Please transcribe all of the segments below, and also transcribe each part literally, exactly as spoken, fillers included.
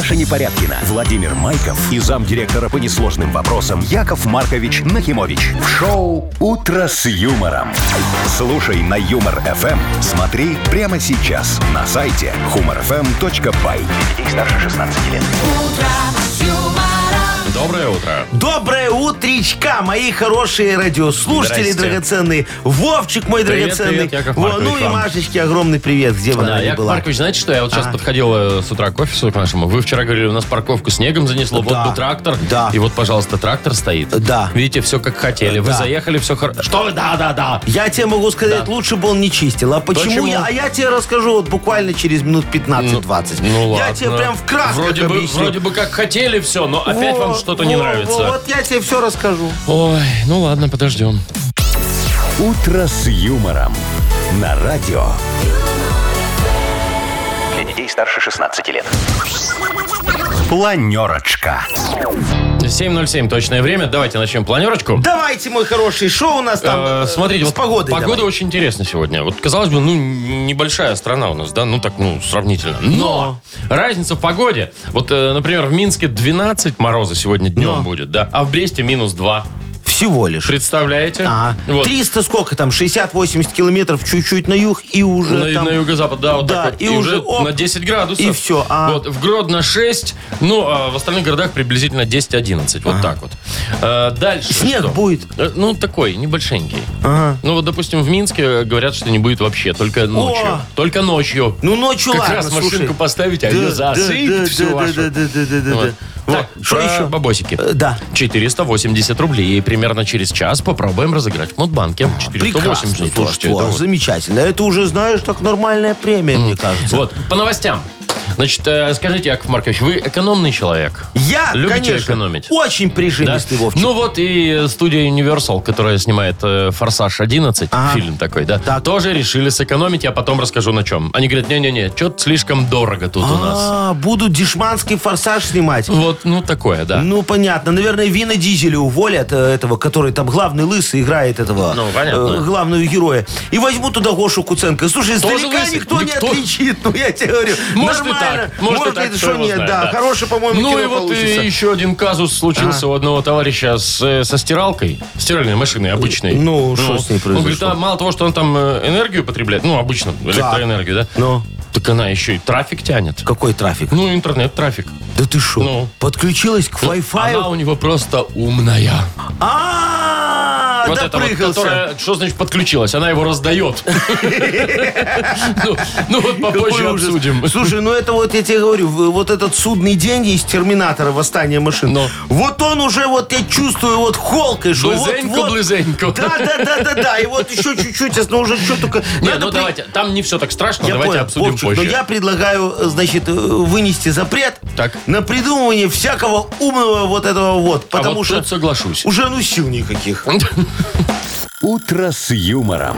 Маша Непорядкина, Владимир Майков и замдиректора по несложным вопросам Яков Маркович Нахимович. В шоу «Утро с юмором». Слушай на Юмор-ФМ. Смотри прямо сейчас на сайте humor эф эм точка бай. Для детей старше шестнадцати лет. Доброе утро. Доброе утречка, мои хорошие радиослушатели Здрасте. драгоценные. Вовчик мой Привет, драгоценный. привет, Яков Во, Маркович, ну и вам. Машечке огромный привет, где бы Да, она ни Яков была. Маркович, знаете что? Я вот сейчас А. подходил э, с утра к офису к нашему. Вы вчера говорили, у нас парковку снегом занесло, Да. вот бы трактор. Да. И вот, пожалуйста, трактор стоит. Да. Видите, все как хотели. Вы Да. заехали, все хорошо. Что? Да, да, да. Я тебе могу сказать, Да. лучше бы он не чистил. А почему? Почему? Я, а я тебе расскажу вот буквально через минут пятнадцать-двадцать. Ну я ладно. тебе прям в красках вроде бы, объясню. вроде бы как хотели все, но опять Во, вам что-то не во, нравится. во, Вот я тебе все расскажу. Ой, ну ладно, подождем. «Утро с юмором» на радио. Для детей старше шестнадцати лет. Планерочка. семь ноль семь точное время. Давайте начнем планерочку. Давайте, мой хороший, шоу у нас там Э, э, Смотрите, с вот погодой. погода давай. очень интересна сегодня. Вот, казалось бы, ну, небольшая страна у нас, да, ну, так, ну, сравнительно. Но разница в погоде. Вот, э, например, в Минске двенадцать мороза сегодня днем Но. будет, да, а в Бресте минус два. Всего лишь. Представляете? Ага. Вот. триста сколько там, шестьдесят-восемьдесят километров чуть-чуть на юг и уже На, там... на юго-запад, да, вот Да, так вот. и И, уже, уже оп, на десять градусов. и всё, а. Вот, в Гродно шесть, ну, а в остальных городах приблизительно десять-одиннадцать. Вот так вот. Э, дальше Снег что? будет? Э, Ну, такой, небольшенький. Ага. Ну, вот, допустим, в Минске говорят, что не будет вообще, только ночью. Только ночью. Ну, ночью Как ладно, раз машинку слушай. поставить, а Да, ее да, засыпет да, всю да, вашу. да, да, да, да, да, Вот. да. Вот, Так, что про еще? бабосики. Э, Да. четыреста восемьдесят рублей. Примерно через час попробуем разыграть в Мудбанке. четыреста Прекрасный восемьдесят. тост, Слушайте, это Вов, вот. замечательно. Это уже, знаешь, так нормальная премия, мне кажется. Вот, по новостям. Значит, э, скажите, Яков Маркович, вы экономный человек? Я, Любите конечно, экономить? очень Да? прижимистый, Вовчик. Ну вот и студия Universal, которая снимает э, «Форсаж одиннадцать», Ага. фильм такой, да, Так. тоже решили сэкономить, я потом расскажу на чем. Они говорят, не-не-не, что-то слишком дорого тут у нас. А, будут дешманский форсаж снимать. Вот, ну такое, да. Ну, понятно. Наверное, Вина Дизеля уволят, э, этого, который там главный лысый играет этого Ну, понятно. э, главного героя. И возьмут туда Гошу Куценко. Слушай, Тоже издалека лысый? никто, Никто. не отличит. Ну, я тебе говорю. Может и нормально. так, может и так, кто что его нет, знает, да. да. Хороший, по-моему, Ну кино и вот получится. и еще один казус случился у одного товарища с, э, со стиралкой, стиральной машиной обычной. Ну, что с ней Он говорит, произошло? а мало того, что он там э, энергию потребляет, ну, обычно, электроэнергию, да? Ну, Так она еще и трафик тянет. какой трафик? Ну, интернет-трафик. Да ты что? Ну. Подключилась к Она Wi-Fi? у него просто умная. А, Вот это вот, допрыгался. которая, что значит подключилась? Она его раздает. Ну, ну вот попозже Какой ужас. обсудим. Слушай, ну это вот я тебе говорю, в- вот этот судный день из Терминатора «Восстание машин». Ну. Вот он уже, вот я чувствую, вот холкой, что вот, Близенько, вот. близенько. Да, да, да, да, да. И вот еще чуть-чуть, но уже что только... Не, Надо ну при- давайте, там не все так страшно, Я давайте понял, обсудим Вовчик, позже. но я предлагаю, э, значит, э, вынести запрет Так. на придумывание всякого умного вот этого вот. А Потому вот что тут соглашусь. уже ну сил никаких. «Утро с юмором».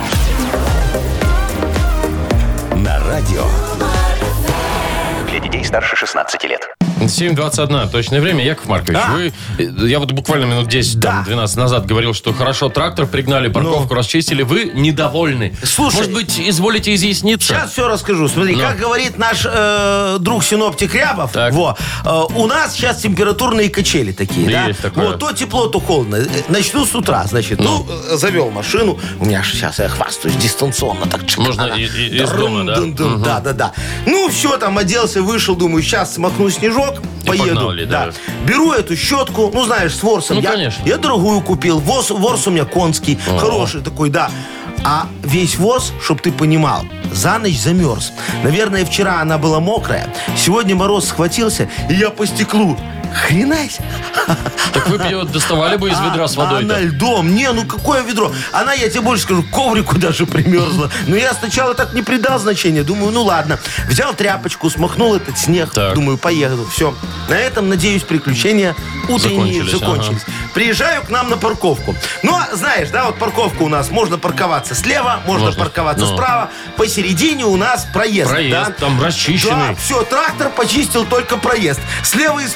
На радио. Для детей старше шестнадцати лет. семь двадцать один точное время. Яков Маркович, А? вы... э, Я вот буквально минут десять-двенадцать назад говорил, что хорошо, трактор пригнали, парковку Ну. расчистили. Вы недовольны. Слушай, Может быть, изволите изъясниться? Сейчас все расскажу. Смотри, Ну. как говорит наш э, друг синоптик Рябов, Так. во, э, у нас сейчас температурные качели такие, да? Есть такое. Вот, то тепло, то холодно. Э, Начну с утра, значит. Ну, э, завел машину. У меня сейчас, я хвастаюсь, дистанционно так. чик, Можно она. и- и- из дома, да? Дун-дун-дун. Да, да, да. Ну, все, там оделся, вышел, думаю, сейчас смахну снежок, поеду. погнали, да. Беру эту щетку, ну, знаешь, с ворсом. Ну, я, конечно. я дорогую купил. Ворс, ворс у меня конский, О. хороший такой, да. А весь воз, чтоб ты понимал, за ночь замерз. Наверное, вчера она была мокрая. Сегодня мороз схватился, и я по стеклу. Хренась. Так вы бы ее доставали бы из ведра с А, водой. Она льдом. Не, ну какое ведро? Она, я тебе больше скажу, к коврику даже примерзла. Но я сначала так не придал значения. Думаю, ну ладно. Взял тряпочку, смахнул этот снег. Так. Думаю, поеду. Все. На этом, надеюсь, приключения утренние Закончились, закончились. Приезжаю к нам на парковку. Ну, а знаешь, да, вот парковка у нас. Можно парковаться слева, можно, Можно. парковаться Ну. справа. Посередине у нас проезд. Проезд, да? там расчищенный. Да, все, трактор почистил только проезд. Слева и справа два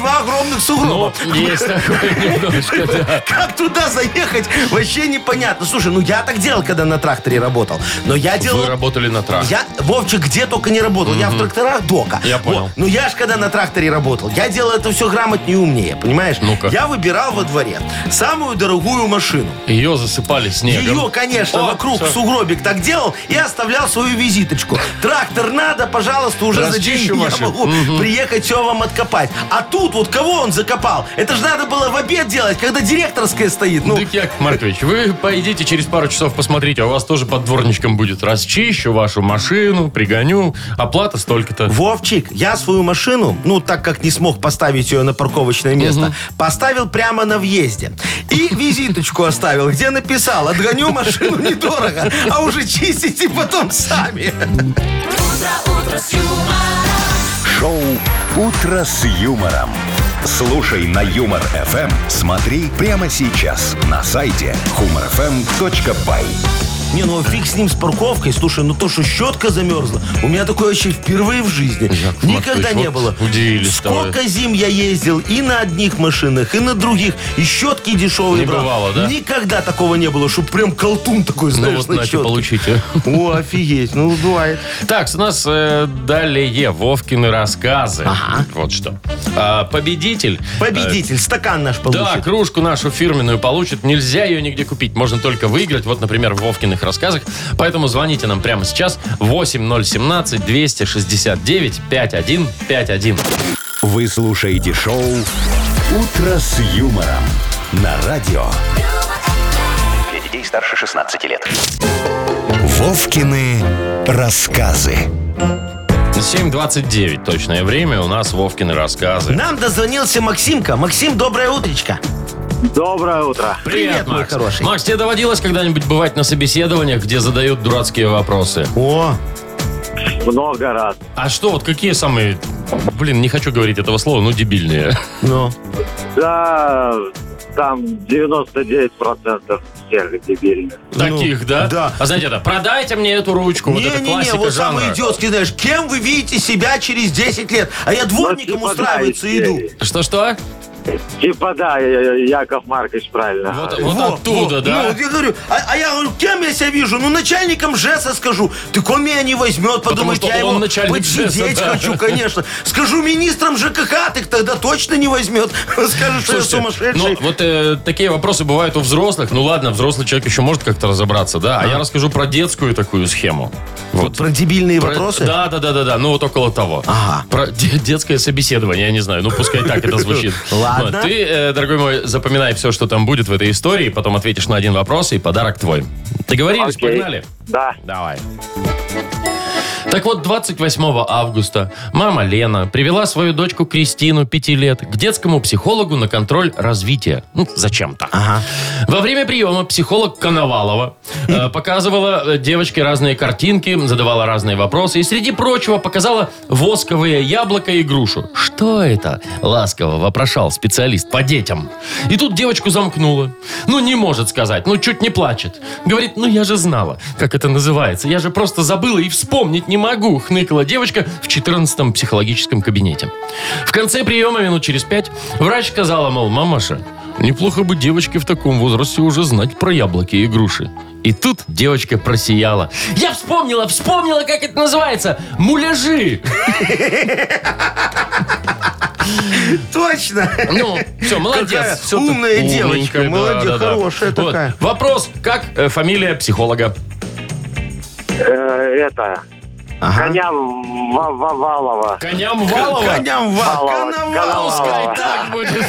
два огромных сугроба. Ну, есть такое немножко, да. Как туда заехать, вообще непонятно. Слушай, ну я так делал, когда на тракторе работал. Но я делал... Вы работали на тракторе. Я, Вовчик, где только не работал. Я в тракторах дока. Я понял. Вот. Ну я ж когда на тракторе работал, я делал это все грамотнее и умнее, понимаешь? Ну-ка. Я выбирал во дворе самую дорогую машину. Ее засыпали снегом. Ее, конечно, О, вокруг всё. в сугробик так делал и оставлял свою визиточку. Трактор надо, пожалуйста, уже за Расчищу деньги я машину. могу приехать все вам откопать. А тут вот кого он закопал? Это же надо было в обед делать, когда директорская стоит. Ну, Так, Яков Маркович, вы пойдите через пару часов посмотрите, а у вас тоже под дворничком будет. Расчищу вашу машину, пригоню, оплата столько-то. Вовчик, я свою машину, ну, так как не смог поставить ее на парковочное место, поставил прямо на въезде. И визиточку оставил, где написал: отгоню машину недорого, а уже чистите потом сами. Шоу «Утро с юмором». Слушай на Юмор эф эм. Смотри прямо сейчас на сайте humor f m точка by. Не, ну фиг с ним, с парковкой. Слушай, ну то, что щетка замерзла, у меня такое вообще впервые в жизни. Яков Никогда Маркович, не вот было. удивились-то вы. Сколько зим я ездил и на одних машинах, и на других. И щетки дешевые Не брал. бывало, да? Никогда такого не было, чтобы прям колтун такой, Ну знаешь, вот, на Натя, щетке. получите. О, офигеть, ну бывает. Так, у нас э, далее Вовкины рассказы. Ага. Вот что. А, победитель. Победитель, стакан наш получит. Да, кружку нашу фирменную получит. Нельзя ее нигде купить. Можно только выиграть. Вот, например, в Вовкиных рассказах. Поэтому звоните нам прямо сейчас. восемь ноль семнадцать двести шестьдесят девять пятьдесят один пятьдесят один. Вы слушаете шоу «Утро с юмором» на радио. Для детей старше шестнадцати лет. Вовкины рассказы. семь двадцать девять точное время. У нас Вовкины рассказы. Нам дозвонился Максимка. Максим, доброе утречко. Доброе утро. Привет, мой Макс. хороший. Макс, тебе доводилось когда-нибудь бывать на собеседованиях, где задают дурацкие вопросы? О, Много раз. А что, вот какие самые... Блин, не хочу говорить этого слова, но дебильные. ну. Да, там девяносто девять процентов всех дебильных. Таких, Ну, да? да. А знаете, это, продайте мне эту ручку. Вот это Не-не-не, классика вот жанра. самый идиотский, знаешь, кем вы видите себя через десять лет? А я дворником Ну, типа, устраиваться да, иду. и- Что-что? Типа да, Яков Маркович правильно. Вот, говорит. вот Во, оттуда, во. да? Ну, вот я говорю, а, а я говорю, кем я себя вижу? Ну, начальником ЖЭСа скажу. Так он меня не возьмет, подумает, что я он его начальник подсидеть ЖЭСа, да. хочу, конечно. Скажу министром ЖКХ, так тогда точно не возьмет. Скажет, что я Слушайте, сумасшедший. ну, вот э, такие вопросы бывают у взрослых. Ну ладно, взрослый человек еще может как-то разобраться, да? А я расскажу про детскую такую схему. Вот. Про дебильные Про- вопросы? Да, да, да, да, да. Ну вот около того. Ага. Про де- детское собеседование, я не знаю. Ну пускай так это звучит. Ладно. Вот, Ты, э, дорогой мой, запоминай все, что там будет в этой истории, потом ответишь на один вопрос, и подарок твой. Договорились? Окей. Погнали? Да. Давай. Так вот, двадцать восьмого августа мама Лена привела свою дочку Кристину, пяти лет, к детскому психологу на контроль развития. Ну, зачем-то. Ага. Во время приема психолог Коновалова э, показывала э, девочке разные картинки, задавала разные вопросы и, среди прочего, показала восковые яблоко и грушу. Что это? Ласково вопрошал специалист по детям. И тут девочку замкнуло. Ну, не может сказать, ну, чуть не плачет. Говорит, ну, я же знала, как это называется. Я же просто забыла и вспомнить не могу, хныкала девочка в четырнадцатом психологическом кабинете. В конце приема, минут через пять, врач сказала, мол, мамаша, неплохо бы девочке в таком возрасте уже знать про яблоки и груши. И тут девочка просияла. Я вспомнила, вспомнила, как это называется. Муляжи. Точно. Ну, все, молодец. Какая Всё ты умная умненькая, девочка, да, молодец, да, да. хорошая Вот. такая. Вопрос, как э, фамилия психолога? Э, это. Ага. Коня Ва- Вавалова. Коням Валова? Коням ва- Валова, коновал. Пускай так будет.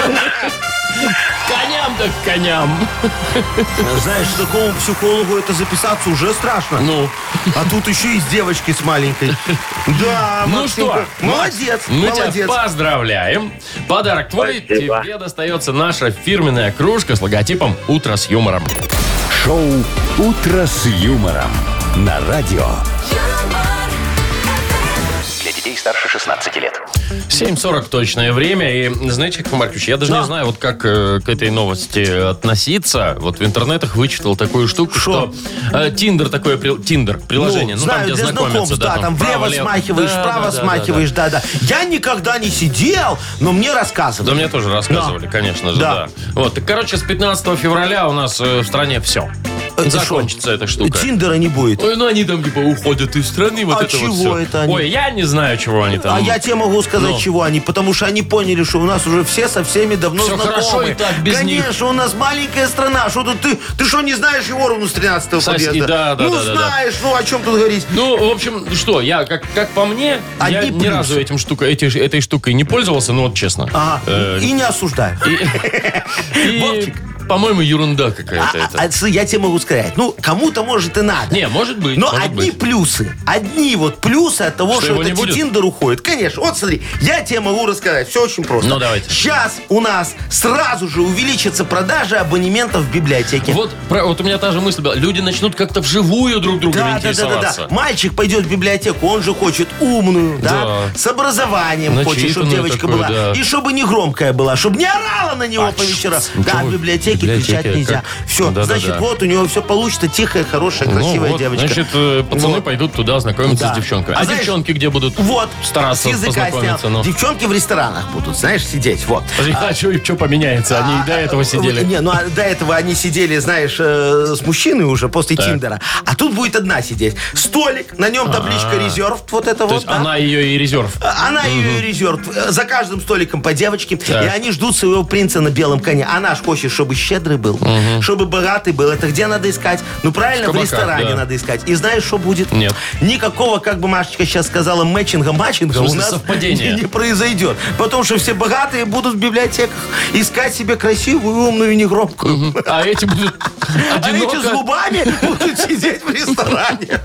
Коням так коням. Знаешь, такому психологу это записаться уже страшно. Ну, А тут еще и с девочкой с маленькой. Да, ну Максимка, что, молодец, мы тебя молодец. поздравляем. Подарок твой. Спасибо. Тебе достается наша фирменная кружка с логотипом «Утро с юмором». Шоу «Утро с юмором» на радио. Для детей старше шестнадцати лет. семь сорок точное время. И, знаете, Яков Маркович, я даже Да. не знаю, вот как э, к этой новости относиться. Вот в интернетах вычитал такую штуку, Шо? что э, Тиндер такое, при- Тиндер, приложение, ну, знаю, там, где для знакомятся. знакомств, да, там влево право-лево. смахиваешь, Да, вправо да, да, смахиваешь, да, да. Я никогда не сидел, но мне рассказывали. Да, мне тоже рассказывали, конечно же, Да. да. Вот, так, короче, с пятнадцатого февраля у нас э, в стране все. Это Закончится шо? эта штука. Тиндера не будет. Ой, ну они там типа уходят из страны, вот А это вот чего всё. это они? Ой, я не знаю, чего они там. А я тебе могу сказать, Ну. чего они. Потому что они поняли, что у нас уже все со всеми давно Всё знакомы. хорошо и так, без них. Конечно, у нас маленькая страна. Что тут ты? Ты что, не знаешь Егоровну с тринадцатого Соси, подъезда? да, да, ну, да, да, да. знаешь, ну, о чем тут говорить? Ну, в общем, что, я, как, как по мне, Одни я ни плюсы. разу этим штука, эти, этой штукой не пользовался, ну вот честно. Ага. Э, И не осуждаю. И, Вовчик. по-моему, ерунда какая-то А, это. а, с- я тебе могу сказать, ну, кому-то, может, и надо. Не, может быть, Но может одни быть. плюсы, одни вот плюсы от того, Что что, его не этот будет? Тиндер уходит. Конечно, вот смотри, я тебе могу рассказать, все очень просто. Ну, давайте. Сейчас у нас сразу же увеличится продажа абонементов в библиотеке. Вот, про- вот у меня та же мысль была. Люди начнут как-то вживую друг друга Да, да, да, да, интересоваться. да. Мальчик пойдет в библиотеку, он же хочет умную, да, Да. с образованием хочет, чтобы Начитанную девочка такую, была. да. И чтобы не громкая была, чтобы не орала на него А, по вечерам. чш, Да, чего в вы? библиотеке, Библиотеке, кричать нельзя. как? Все, Да-да-да. значит, вот у него все получится, тихая, хорошая, красивая Ну вот, девочка. значит, э, пацаны Вот. пойдут туда знакомиться Да. с девчонкой. А А, знаешь, девчонки где будут Вот, стараться с языка познакомиться? снял. Ну? Девчонки в ресторанах будут, знаешь, сидеть, вот. Подожди, А что поменяется? Они и до этого сидели. Не, ну а до этого они сидели, знаешь, э, с мужчиной уже после Так. Тиндера. А тут будет одна сидеть. Столик, на нем табличка резерв, вот это То вот. есть да. она ее и резерв. Она ее и резерв. За каждым столиком по девочке. Так. И они ждут своего принца на белом коне. Она ж хочет, чтобы щедрый был, чтобы богатый был. Это где надо искать? Ну, правильно, В в, кабаках, ресторане да. надо искать. И знаешь, что будет? Нет. Никакого, как бы Машечка сейчас сказала, матчинга, матчинга В у смысле, нас совпадения? не, не произойдет. Потому что все богатые будут в библиотеках искать себе красивую, умную, негромкую. А эти будут А эти с одиноко. зубами будут сидеть в ресторане.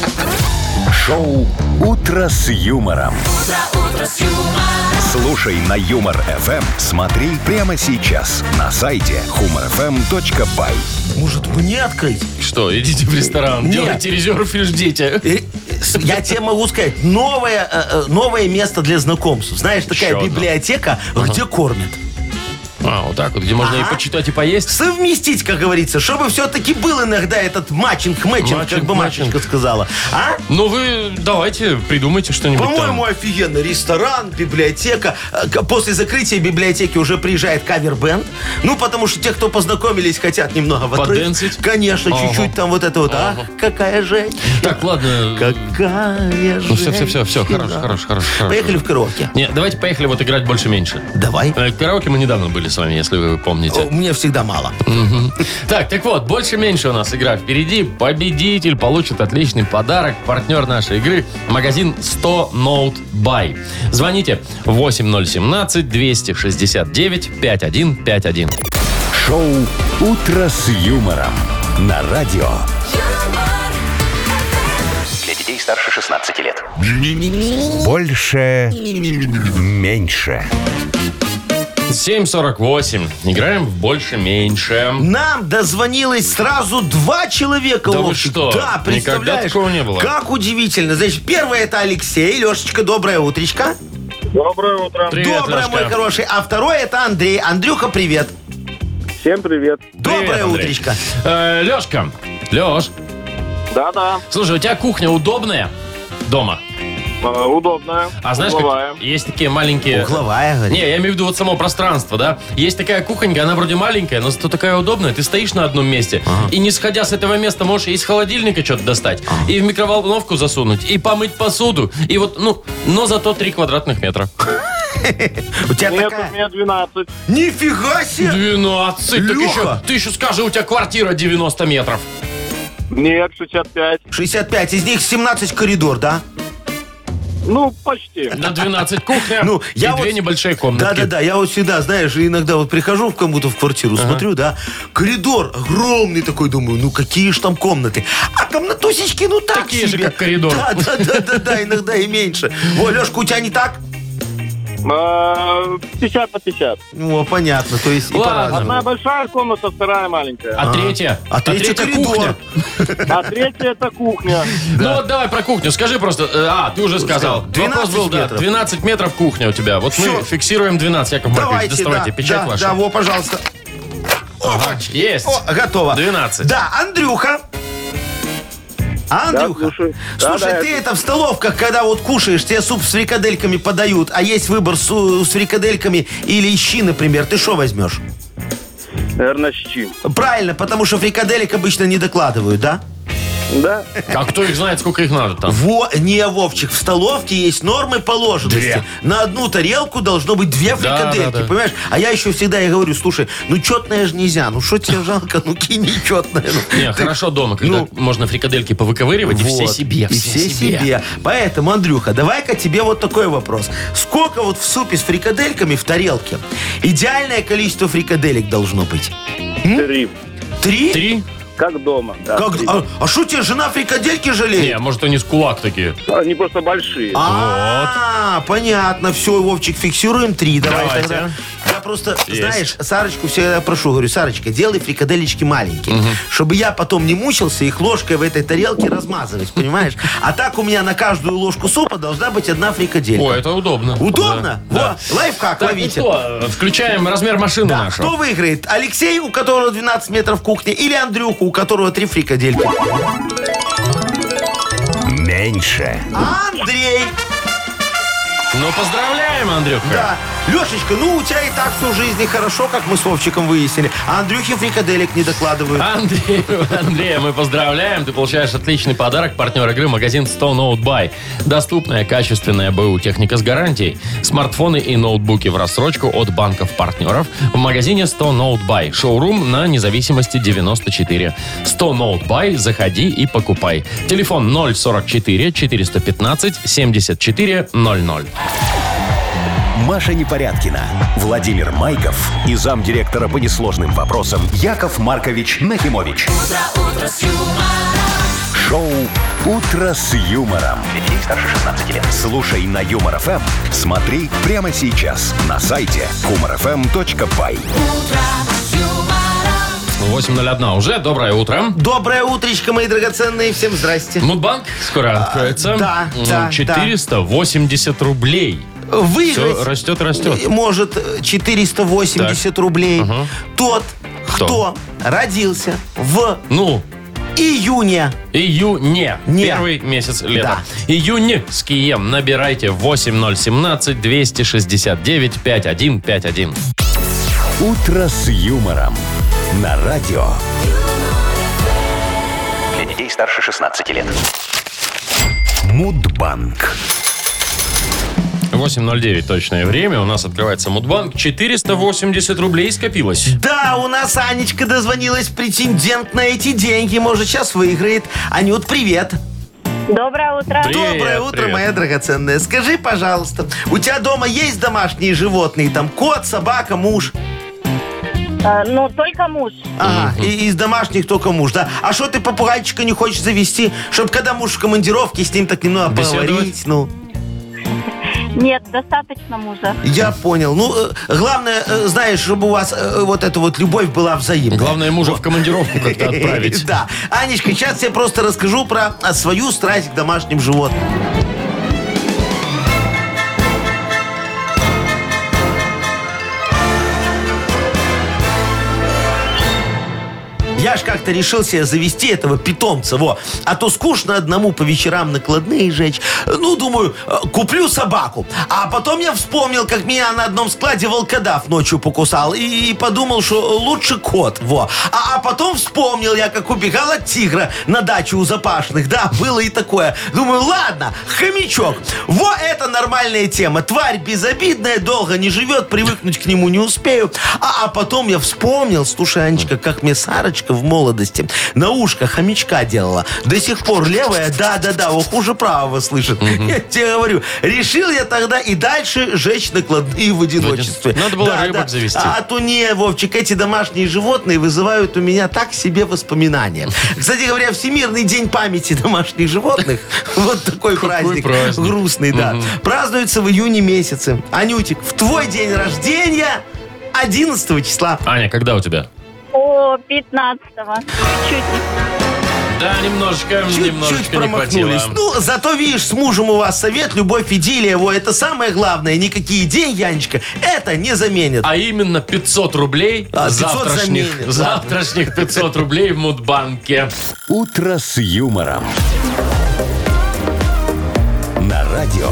Шоу «Утро с юмором». Слушай на Юмор ФМ. Смотри прямо сейчас на сайте humor эф эм точка бай. Может, мне открыть? Что, идите в ресторан, Нет. делайте резерв и ждите. Э, с- Я тебе могу сказать, новое, э, э, новое место для знакомств. Знаешь, такая Еще одно. библиотека, где кормят. А, вот так вот, где можно Ага. и почитать, и поесть. Совместить, как говорится, чтобы все-таки был иногда этот матчинг, мэтчинг, как бы Матчинг, Машечка сказала. А? Ну вы давайте придумайте что-нибудь По-моему, там. офигенно. Ресторан, библиотека. Э, к- После закрытия библиотеки уже приезжает кавер-бенд. Ну, потому что те, кто познакомились, хотят немного в отрыв. Подэнсить? Конечно, Ага. чуть-чуть там вот это вот. Ага. Ах, какая женщина. Так, ладно. Какая Ну все, все, все, все, женщина. хорош, хорош, хорош, хорош. Поехали в караоке. Не, давайте поехали вот играть больше-меньше. Давай. Э, Караоке мы недавно были с вами, если вы помните. О, Мне всегда мало. Так, так вот, больше-меньше у нас игра впереди. Победитель получит отличный подарок. Партнер нашей игры – магазин сто ноут бай. Звоните восемь ноль семнадцать двести шестьдесят девять пятьдесят один пятьдесят один. Шоу «Утро с юмором» на радио. Для детей старше шестнадцати лет. Больше. Меньше. семь сорок восемь. Играем в больше-меньше. Нам дозвонилось сразу два человека, Да вы Вовчик. что? Да, Никогда представляешь? такого не было. Как удивительно. Значит, первый это Алексей. Лешечка, доброе утречко. Доброе утро. Привет, доброе, Лешка. мой хороший. А второй это Андрей. Андрюха, привет. Всем привет. Доброе Привет, Андрей. утречко. Э, Лешка, Леш, Да-да, слушай, у тебя кухня удобная дома? э, удобно. А знаешь, Угловая. как есть такие маленькие... Угловая, говорит. Не, я имею в виду вот само пространство, да? Есть такая кухонька, она вроде маленькая, но зато такая удобная. Ты стоишь на одном месте, и не сходя с этого места можешь из холодильника что-то достать, и в микроволновку засунуть, и помыть посуду, и вот, ну, но зато три квадратных метра. У тебя Нет, такая... у меня двенадцать. Нифига себе! двенадцать! Так Леха! еще, ты еще скажи, у тебя квартира девяносто метров. Нет, шестьдесят пять. шестьдесят пять. Из них семнадцать коридор, да? Ну, почти. На двенадцать кухня Ну, я и вот- две небольшие комнатки. Да-да-да, я вот всегда, знаешь, иногда вот прихожу в кому-то в квартиру, смотрю, да, коридор огромный такой, думаю, ну какие ж там комнаты. А комнатусечки, ну так Такие же, себе. как коридор. Да-да-да, иногда и меньше. О, Лешка, у тебя не так? А, пятьдесят на пятьдесят. Ну, понятно, то есть и Ладно. по-разному. Одна большая комната, вторая маленькая. А третья? А третья коридор. кухня. А третья это кухня. Ну вот давай про кухню. Скажи просто. э, А, ты уже сказал. двенадцать Вопрос был, да, метров. двенадцать метров кухня у тебя. Вот Всё. мы фиксируем двенадцать, Яков Маркович. Давайте, Доставайте да, печать да, вашу. да, во, пожалуйста. Опачки, есть. О, готово. двенадцать. Да, Андрюха. А, Да, Андрюха, слушаю. слушай, Да, да, ты это в столовках, когда вот кушаешь, тебе суп с фрикадельками подают, а есть выбор с, с фрикадельками или щи, например, ты что возьмешь? Наверное, щи. Правильно, потому что фрикаделек обычно не докладывают, да? Да? А кто их знает, сколько их надо там? Во, не, Вовчик, в столовке есть нормы положенности. Две. На одну тарелку должно быть две фрикадельки, да, да. понимаешь? А я еще всегда и говорю, слушай, ну четное же нельзя, ну что тебе жалко, ну кинь нечетное. Ну, Не, Ты- хорошо дома, когда ну, можно фрикадельки повыковыривать, и все вот, себе, и все, все себе. себе. Поэтому, Андрюха, давай-ка тебе вот такой вопрос. Сколько вот в супе с фрикадельками в тарелке идеальное количество фрикаделек должно быть? Три. Три? Три? Как дома. Да, Как- три. А что тебе жена фрикадельки жалеет? Не, может, они с кулак такие. Они просто большие. А, понятно. Все, Вовчик, фиксируем три. Давай Давайте. тогда. Я просто, Есть. знаешь, Сарочку всегда прошу, говорю, Сарочка, делай фрикаделечки маленькие, чтобы я потом не мучился их ложкой в этой тарелке размазывать, понимаешь? А так у меня на каждую ложку супа должна быть одна фрикаделька. О, это удобно. Удобно? Да. Во, лайфхак, Так, ну ловите. что, включаем размер машины Да, нашу. кто выиграет? Алексей, у которого двенадцать метров кухни, или Андрюха, у которого три фрикадельки? Меньше. Андрей! Ну, поздравляем, Андрюха. Да. Лешечка, ну у тебя и так всю жизнь нехорошо, как мы с Вовчиком выяснили. А Андрюхе фрикаделек не докладывают. Андрей, Андрея, мы поздравляем. Ты получаешь отличный подарок. Партнер игры — магазин сто ноут бай. Доступная, качественная БУ техника с гарантией. Смартфоны и ноутбуки в рассрочку от банков-партнеров в магазине сто ноут бай. Шоурум на Независимости девяносто четыре. сто ноут бай. Заходи и покупай. Телефон ноль сорок четыре четыреста пятнадцать семьдесят четыре ноль ноль. Маша Непорядкина, Владимир Майков и замдиректора по несложным вопросам Яков Маркович Нахимович. Шоу «Утро с юмором». Для детей старше шестнадцати лет. Слушай на Юмор ФМ, смотри прямо сейчас на сайте humor f m точка by. восемь ноль один уже. Доброе утро. Доброе утречко, мои драгоценные. Всем здрасте. Мудбанк скоро откроется. да, М, да, четыреста восемьдесят рублей. Выиграть Все растет, растет. может четыреста восемьдесят рублей тот, Кто? кто родился в Ну, июне. июне. Не. Первый месяц лета. Да. Июнь с Кием. Набирайте восемь ноль один семь двести шестьдесят девять пятьдесят один пятьдесят один. «Утро с юмором» на радио. Для детей старше шестнадцати лет. Мудбанк. восемь ноль девять точное время. У нас открывается Мудбанк. четыреста восемьдесят рублей скопилось. Да, у нас Анечка дозвонилась, претендент на эти деньги. Может, сейчас выиграет. Анют, привет. Доброе утро. Привет, Доброе утро, привет. моя драгоценная. Скажи, пожалуйста, у тебя дома есть домашние животные? Там кот, собака, муж? Э, ну, только муж. Ага, и из домашних только муж, да? А что ты попугайчика не хочешь завести? Чтобы когда муж в командировке, с ним так немного Беседовать? поговорить, ну... Нет, достаточно мужа. Я понял. Ну, э, главное, э, знаешь, чтобы у вас э, вот эта вот любовь была взаимная. Главное, мужа в командировку как-то отправить. Да. Анечка, сейчас я просто расскажу про а, свою страсть к домашним животным. Я ж как-то решил себе завести этого питомца, во. А то скучно одному по вечерам накладные жечь. Ну, думаю, э, куплю собаку. А потом я вспомнил, как меня на одном складе волкодав ночью покусал. И, и подумал, что лучше кот, во. А, а потом вспомнил я, как убегал от тигра на дачу у Запашных. Да, было и такое. Думаю, ладно, хомячок. Во, это нормальная тема. Тварь безобидная, долго не живет, привыкнуть к нему не успею. А, а потом я вспомнил, слушай, Анечка, как мне Сарочка в молодости. На ушко хомячка делала. До сих пор левая, да-да-да, о, хуже правого слышит. Я тебе говорю, решил я тогда и дальше жечь накладные в одиночестве. Надо было Да, рыбок да. завести. А то не, Вовчик, эти домашние животные вызывают у меня так себе воспоминания. Кстати говоря, Всемирный день памяти домашних животных, вот такой праздник, праздник. грустный, да, празднуется в июне месяце. Анютик, в твой день рождения одиннадцатого числа. Аня, когда у тебя? О, пятнадцатого. Чуть-чуть. Да, немножечко, Чуть-чуть немножечко не хватило. промахнулись. Ну, зато, видишь, с мужем у вас совет, любовь и делие, во, это самое главное. Никакие деньги, Анечка, это не заменит. А именно пятьсот рублей А, пятьсот завтрашних, заменит, завтрашних пятьсот рублей в Мудбанке. «Утро с юмором». На радио.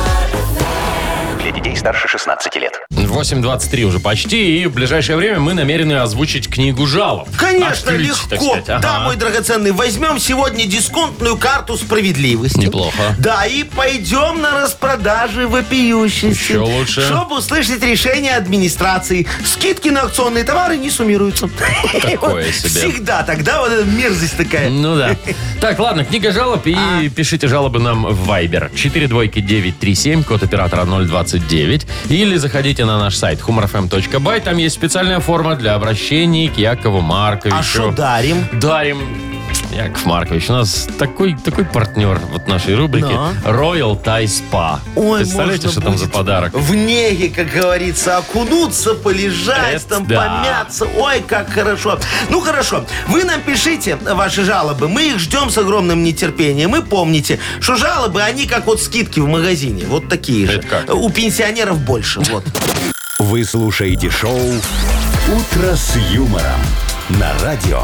Для детей старше шестнадцати лет. восемь двадцать три уже почти, и в ближайшее время мы намерены озвучить книгу жалоб. Конечно, Открыть, легко. так сказать. Ага. Да, мой драгоценный, возьмем сегодня дисконтную карту справедливости. Неплохо. Да, и пойдем на распродажи вопиющести. Еще лучше. Чтобы услышать решение администрации. Скидки на акционные товары не суммируются. Такое себе. Всегда тогда вот эта мерзость такая. Ну да. Так, ладно, книга жалоб, и А. пишите жалобы нам в Viber. четыре двойки девять три семь, код оператора ноль двадцать девять. Или заходите на наш сайт humor эф эм точка бай. Там есть специальная форма для обращений к Якову Марковичу. А что дарим? Дарим. Яков Маркович, у нас такой, такой партнер вот нашей рубрики Но. Royal Thai Spa. Ой, Представляете, можно что там за будет подарок? В неге, как говорится, окунуться, полежать, Это там, да. помяться. Ой, как хорошо. Ну, хорошо. Вы нам пишите ваши жалобы. Мы их ждем с огромным нетерпением. И помните, что жалобы, они как вот скидки в магазине. Вот такие же. Это как? У пенсионеров больше. Вот. Вы слушаете шоу «Утро с юмором». На радио.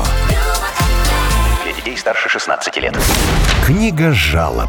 Для детей старше шестнадцати лет. Книга жалоб.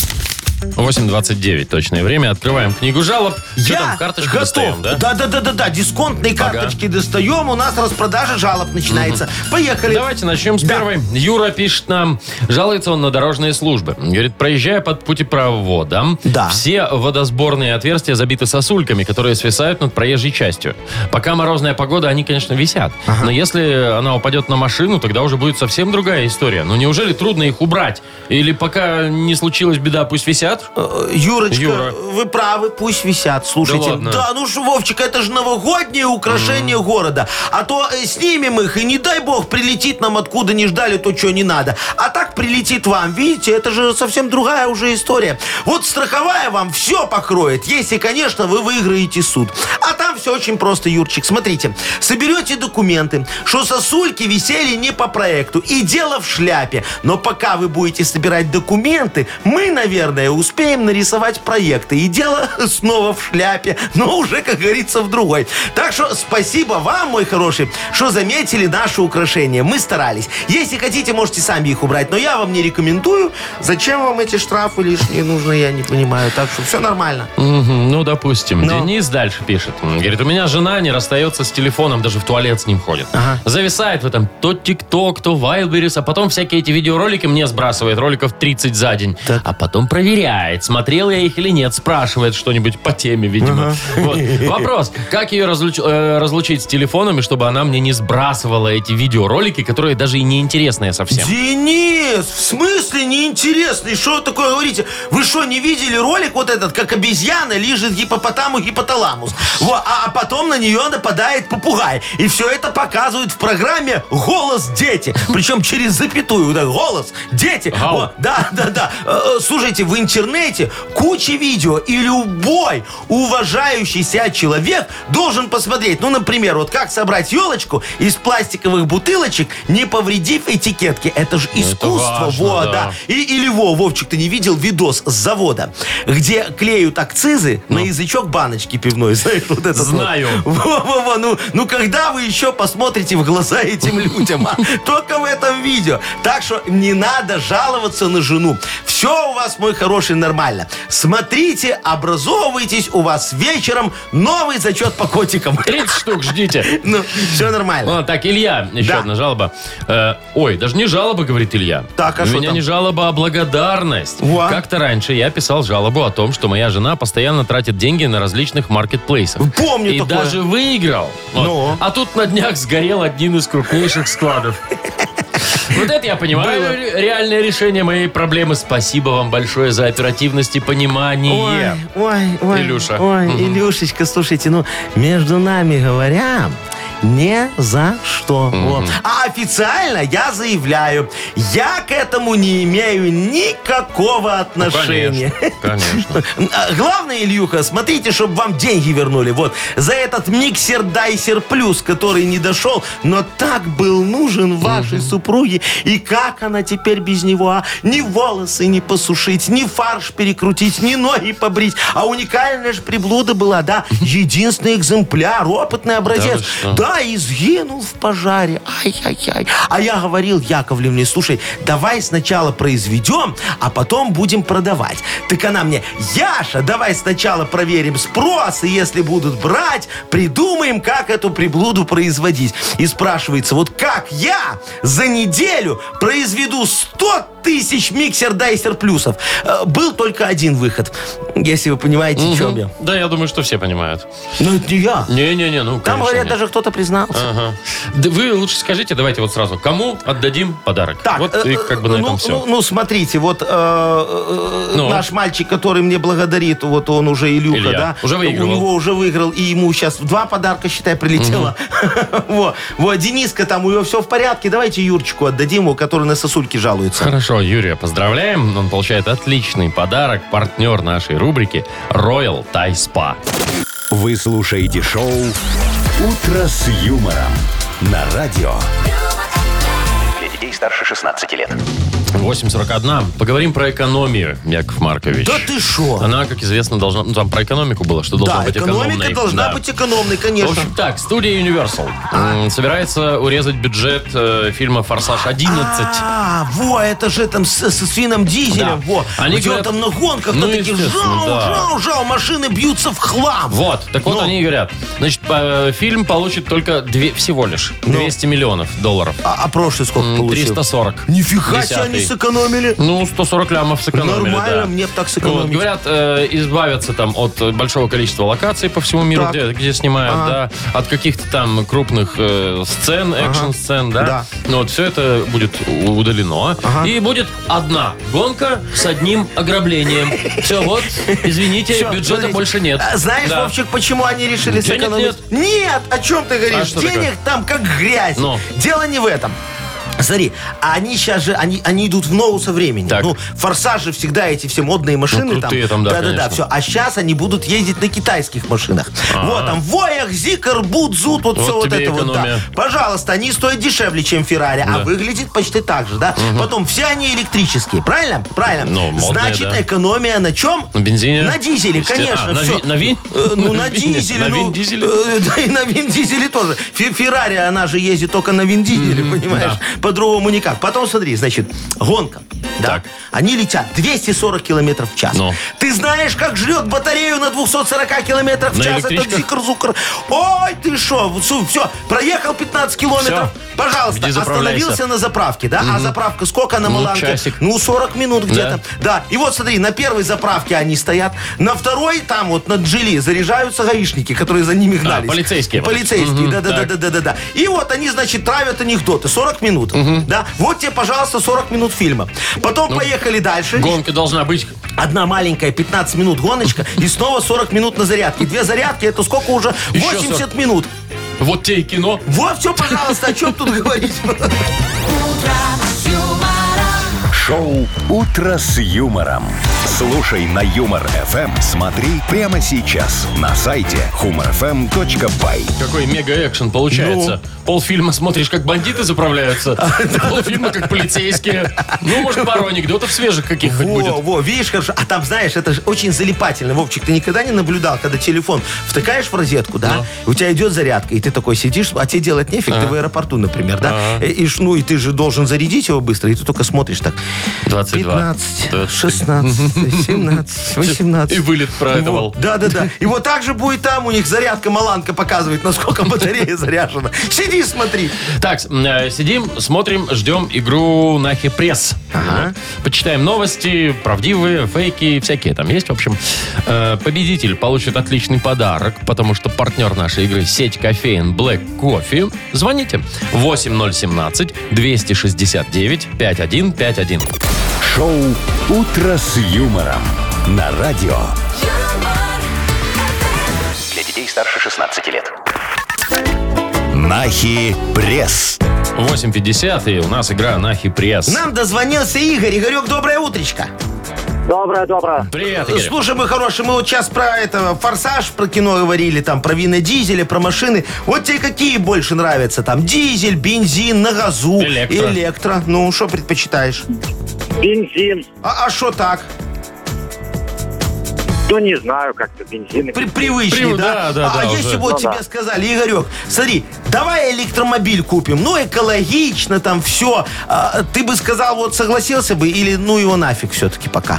восемь двадцать девять точное время. Открываем книгу жалоб. Что там, карточку готов. достаем, да? Да, да, да, да, да. Дисконтные Ага. карточки достаем. У нас распродажа жалоб начинается. Поехали. Давайте начнем с Да. первой. Юра пишет нам, жалуется он на дорожные службы. Говорит, проезжая под путепроводом, Да. все водосборные отверстия забиты сосульками, которые свисают над проезжей частью. Пока морозная погода, они, конечно, висят. Но если она упадет на машину, тогда уже будет совсем другая история. Ну неужели трудно их убрать? Или пока не случилась беда, пусть висят? Э, Юрочка, Юра. вы правы, пусть висят. Слушайте, Да ладно? да, ну что, Вовчик, это же новогоднее украшение города. А то э, снимем их, и не дай бог прилетит нам откуда не ждали, то что не надо. А так прилетит вам, видите, это же совсем другая уже история. Вот страховая вам все покроет, если, конечно, вы выиграете суд. А там все очень просто, Юрчик. Смотрите, соберете документы, что сосульки висели не по проекту, и дело в шляпе. Но пока вы будете собирать документы, мы, наверное, успеем нарисовать проекты. И дело снова в шляпе, но уже, как говорится, в другой. Так что спасибо вам, мой хороший, что заметили наши украшения. Мы старались. Если хотите, можете сами их убрать, но я вам не рекомендую. Зачем вам эти штрафы лишние нужны, я не понимаю. Так что все нормально. Мгм, ну, допустим. Но. Денис дальше пишет. Он говорит, у меня жена не расстается с телефоном, даже в туалет с ним ходит. Ага. Зависает в этом то ТикТок, то Вайлберис, а потом всякие эти видеоролики мне сбрасывает, роликов тридцать за день. Так. А потом проверяет, смотрел я их или нет, спрашивает что-нибудь по теме, видимо. Вот. Вопрос, как ее разлуч- э, разлучить с телефонами, чтобы она мне не сбрасывала эти видеоролики, которые даже и не интересные совсем? Денис, в смысле неинтересный? Что вы такое говорите? Вы что, не видели ролик вот этот, как обезьяна лижет гипопотаму гипоталамус? Во, а, а потом на нее нападает попугай. И все это показывают в программе «Голос дети». Причем через запятую. Да, «Голос дети». Гау. Во, да, да, да. Э, э, Слушайте, в интернете куча видео. И любой уважающий себя человек должен посмотреть. Ну, например, вот как собрать елочку из пластиковых бутылочек, не повредив этикетки. Это же искусство. важно, во, да. да. И, или, во, Вовчик, ты не видел видос с завода, где клеют акцизы на язычок баночки пивной? Знаешь, вот это. Знаю. Во-во-во, ну, ну когда вы еще посмотрите в глаза этим людям? а? Только в этом видео. Так что не надо жаловаться на жену. Все у вас, мой хороший, нормально. Смотрите, образовывайтесь, у вас вечером новый зачет по котикам. тридцать штук ждите. Ну, все нормально. Ладно, так, Илья, еще Да. одна жалоба. Э, ой, даже не жалоба, говорит Илья. Так, а У что меня там? не жалоба, а благодарность. Во. Как-то раньше я писал жалобу о том, что моя жена постоянно тратит деньги на различных маркетплейсах. Помню И такое. даже выиграл. Вот. Ну? А тут на днях сгорел один из крупнейших складов. Вот это я понимаю. Ре- Реальное решение моей проблемы. Спасибо вам большое за оперативность и понимание. Ой, ой, Илюша. Ой, Мгм. Илюшечка, слушайте, ну, между нами говоря, ни за что. Вот. А официально я заявляю, я к этому не имею никакого отношения. Конечно. А Главное, Ильюха, смотрите, чтобы вам деньги вернули. Вот. За этот миксер Дайсер Плюс, который не дошел, но так был нужен вашей супруге. И как она теперь без него? А? Ни волосы не посушить, ни фарш перекрутить, ни ноги побрить. А уникальная же приблуда была, да? Единственный экземпляр, опытный образец. Да вы что? Да, и сгинул в пожаре. Ай-яй-яй. А я говорил Яковлевне, слушай, давай сначала произведем, а потом будем продавать. Так она мне, Яша, давай сначала проверим спрос, и если будут брать, придумаем, как эту приблуду производить. И спрашивается, вот как я за неделю произведу сто тысяч миксер Дайсер Плюсов? Э, Был только один выход, если вы понимаете, о чем я. Да, я думаю, что все понимают. Но это не я. Не-не-не, ну, Там, конечно, говорят, нет. даже кто-то признался. Ага. Да вы лучше скажите, давайте вот сразу, кому отдадим подарок? Так, вот э, и как бы на ну, этом все. Ну, ну, смотрите, вот э, э, Ну? наш мальчик, который мне благодарит, вот он уже Илюха, Илья, да? уже выигрывал. У него уже выиграл, и ему сейчас два подарка, считай, прилетело. Вот, вот, Дениска, там у него все в порядке. Давайте Юрчику отдадим, у который на сосульки жалуется. Хорошо, Юрия, поздравляем. Он получает отличный подарок. Партнер нашей рубрики Royal Thai Spa. Вы слушаете шоу «Утро с юмором» на радио. Для детей старше шестнадцати лет. восемь сорок один. Поговорим про экономию, Яков Маркович. Да ты шо? Она, как известно, должна... Ну, там про экономику было, что должна Да, быть экономика экономной. должна Да. быть экономной, В конечно. общем, так, студия Universal м, собирается урезать бюджет э, фильма «Форсаж одиннадцать». А, во, это же там с, с Финном Дизелем, Да. во. Они Где он говорят- там на гонках, Ну, на таких естественно, жау, да. жау, жау, машины бьются в хлам. Вот, так вот Ну. они и говорят. Значит, по- фильм получит только две, всего лишь двести миллионов долларов. А, а прошлый сколько М, получил? триста сорок. Нифига себе они Десятый. сэкономили. Ну, сто сорок лямов сэкономили, Нормально, да. мне б так Вот, сэкономить. говорят, э, избавятся там от э, большого количества локаций по всему миру, Так. где, где снимают, Ага. да, от каких-то там крупных э, сцен, экшн-сцен, да. Да. Ну, вот все это будет у- удалено. Ага. И будет одна гонка с одним ограблением. Все, вот, извините, Всё, бюджета смотрите. больше нет. А Знаешь, Да. Вовчик, почему они решили Денег сэкономить? Нет, о чем ты говоришь? А что Денег такое? там как грязь. Ну. Дело не в этом. Смотри, а они сейчас же, они, они идут в ногу со временем. Так. Ну, форсажи всегда эти все модные машины. Ну, крутые там, да, Да-да-да, конечно. все. А сейчас они будут ездить на китайских машинах. А. Вот, там, Воях, Зикр, Бут, Зут, вот, Вот все вот тебе это вот. Да. экономия. Пожалуйста, они стоят дешевле, чем Феррари, Да. а выглядит почти так же, да? Потом, все они электрические, правильно? Правильно. Ну, модные, Значит, да. экономия на чем? На бензине? На дизеле, Есте- конечно. а, на всё. ви- на вин? Э, Ну, На на вин- дизеле. на ну, вин-дизеле? э, Да и на вин-дизеле тоже. Фе- Феррари, она же ездит только на вин-дизеле, понимаешь? По-другому никак. Потом, смотри, значит, гонка. Да. Так. Они летят двести сорок километров в час. Ну. Ты знаешь, как жрет батарею на двухстах сорока километрах в На час? Это электричках? зикр-зукр. Ой, ты шо? Все, проехал пятнадцать километров. Всё. Пожалуйста, Иди заправляйся. остановился на заправке, да? А заправка сколько на Ну, Маланке? часик. Ну, сорок минут где-то. Да. Да. И вот смотри, на первой заправке они стоят, на второй там вот на Джили заряжаются гаишники, которые за ними гнались. полицейские вот эти. Полицейские, Мгм, да-да-да-да-да-да. И вот они, значит, травят анекдоты. сорок минут. Да. Вот тебе, пожалуйста, сорок минут фильма. Потом Ну, поехали дальше. Гонка должна быть. Одна маленькая пятнадцать минут гоночка и снова сорок минут на зарядке. Две зарядки, это сколько уже? Еще восемьдесят сорок. минут. Вот тебе и кино. Вот все, пожалуйста, о чем тут говорить? Шоу «Утро с юмором». Слушай на Юмор эф эм. Смотри прямо сейчас на сайте humor эф эм точка бай. Какой мега-экшен получается. Ну. Полфильма смотришь, как бандиты заправляются. Полфильма, как полицейские. Ну, может, пару анекдотов свежих каких хоть Во, будет. во, видишь, хорошо. А там, знаешь, это же очень залипательно. Вовчик, ты никогда не наблюдал, когда телефон втыкаешь в розетку, да? Ну. И у тебя идет зарядка, и ты такой сидишь, а тебе делать нефиг, ты в аэропорту, например, да? Ага. И, и ж- ну, и ты же должен зарядить его быстро, и ты только смотришь так. двадцать два. пятнадцать, шестнадцать, семнадцать, восемнадцать. И вылет проэтовал. Вот, Да-да-да. И вот так же будет там, у них зарядка Маланка показывает, насколько батарея заряжена. Сиди, смотри. Так, э, сидим, смотрим, ждем игру Нахи Пресс. Ага. Почитаем новости, правдивые, фейки, всякие там есть. В общем, э, победитель получит отличный подарок, потому что партнер нашей игры — сеть кофеин Black Coffee. Звоните восемь ноль семнадцать двести шестьдесят девять пятьдесят один пятьдесят один. Шоу «Утро с юмором» на радио. Для детей старше шестнадцати лет. Нахи пресс. восемь пятьдесят, и у нас игра Нахи Пресс. Нам дозвонился Игорь. Игорек, доброе утречко. Доброе, доброе. Привет, Игорь. Слушай, мой хороший, мы вот сейчас про это «Форсаж», про кино говорили, там, про Вина Дизеля, про машины. Вот тебе какие больше нравятся? Там дизель, бензин, на газу, Электро. электро. Ну, что предпочитаешь? Бензин. А что так? Ну, не знаю, как-то бензин. При, привычный, Прив- да? да, да, а да, если уже. вот Ну, тебе да. сказали, Игорек, смотри, давай электромобиль купим, ну, экологично, там, все. А, ты бы сказал, вот согласился бы, или ну его нафиг все-таки пока?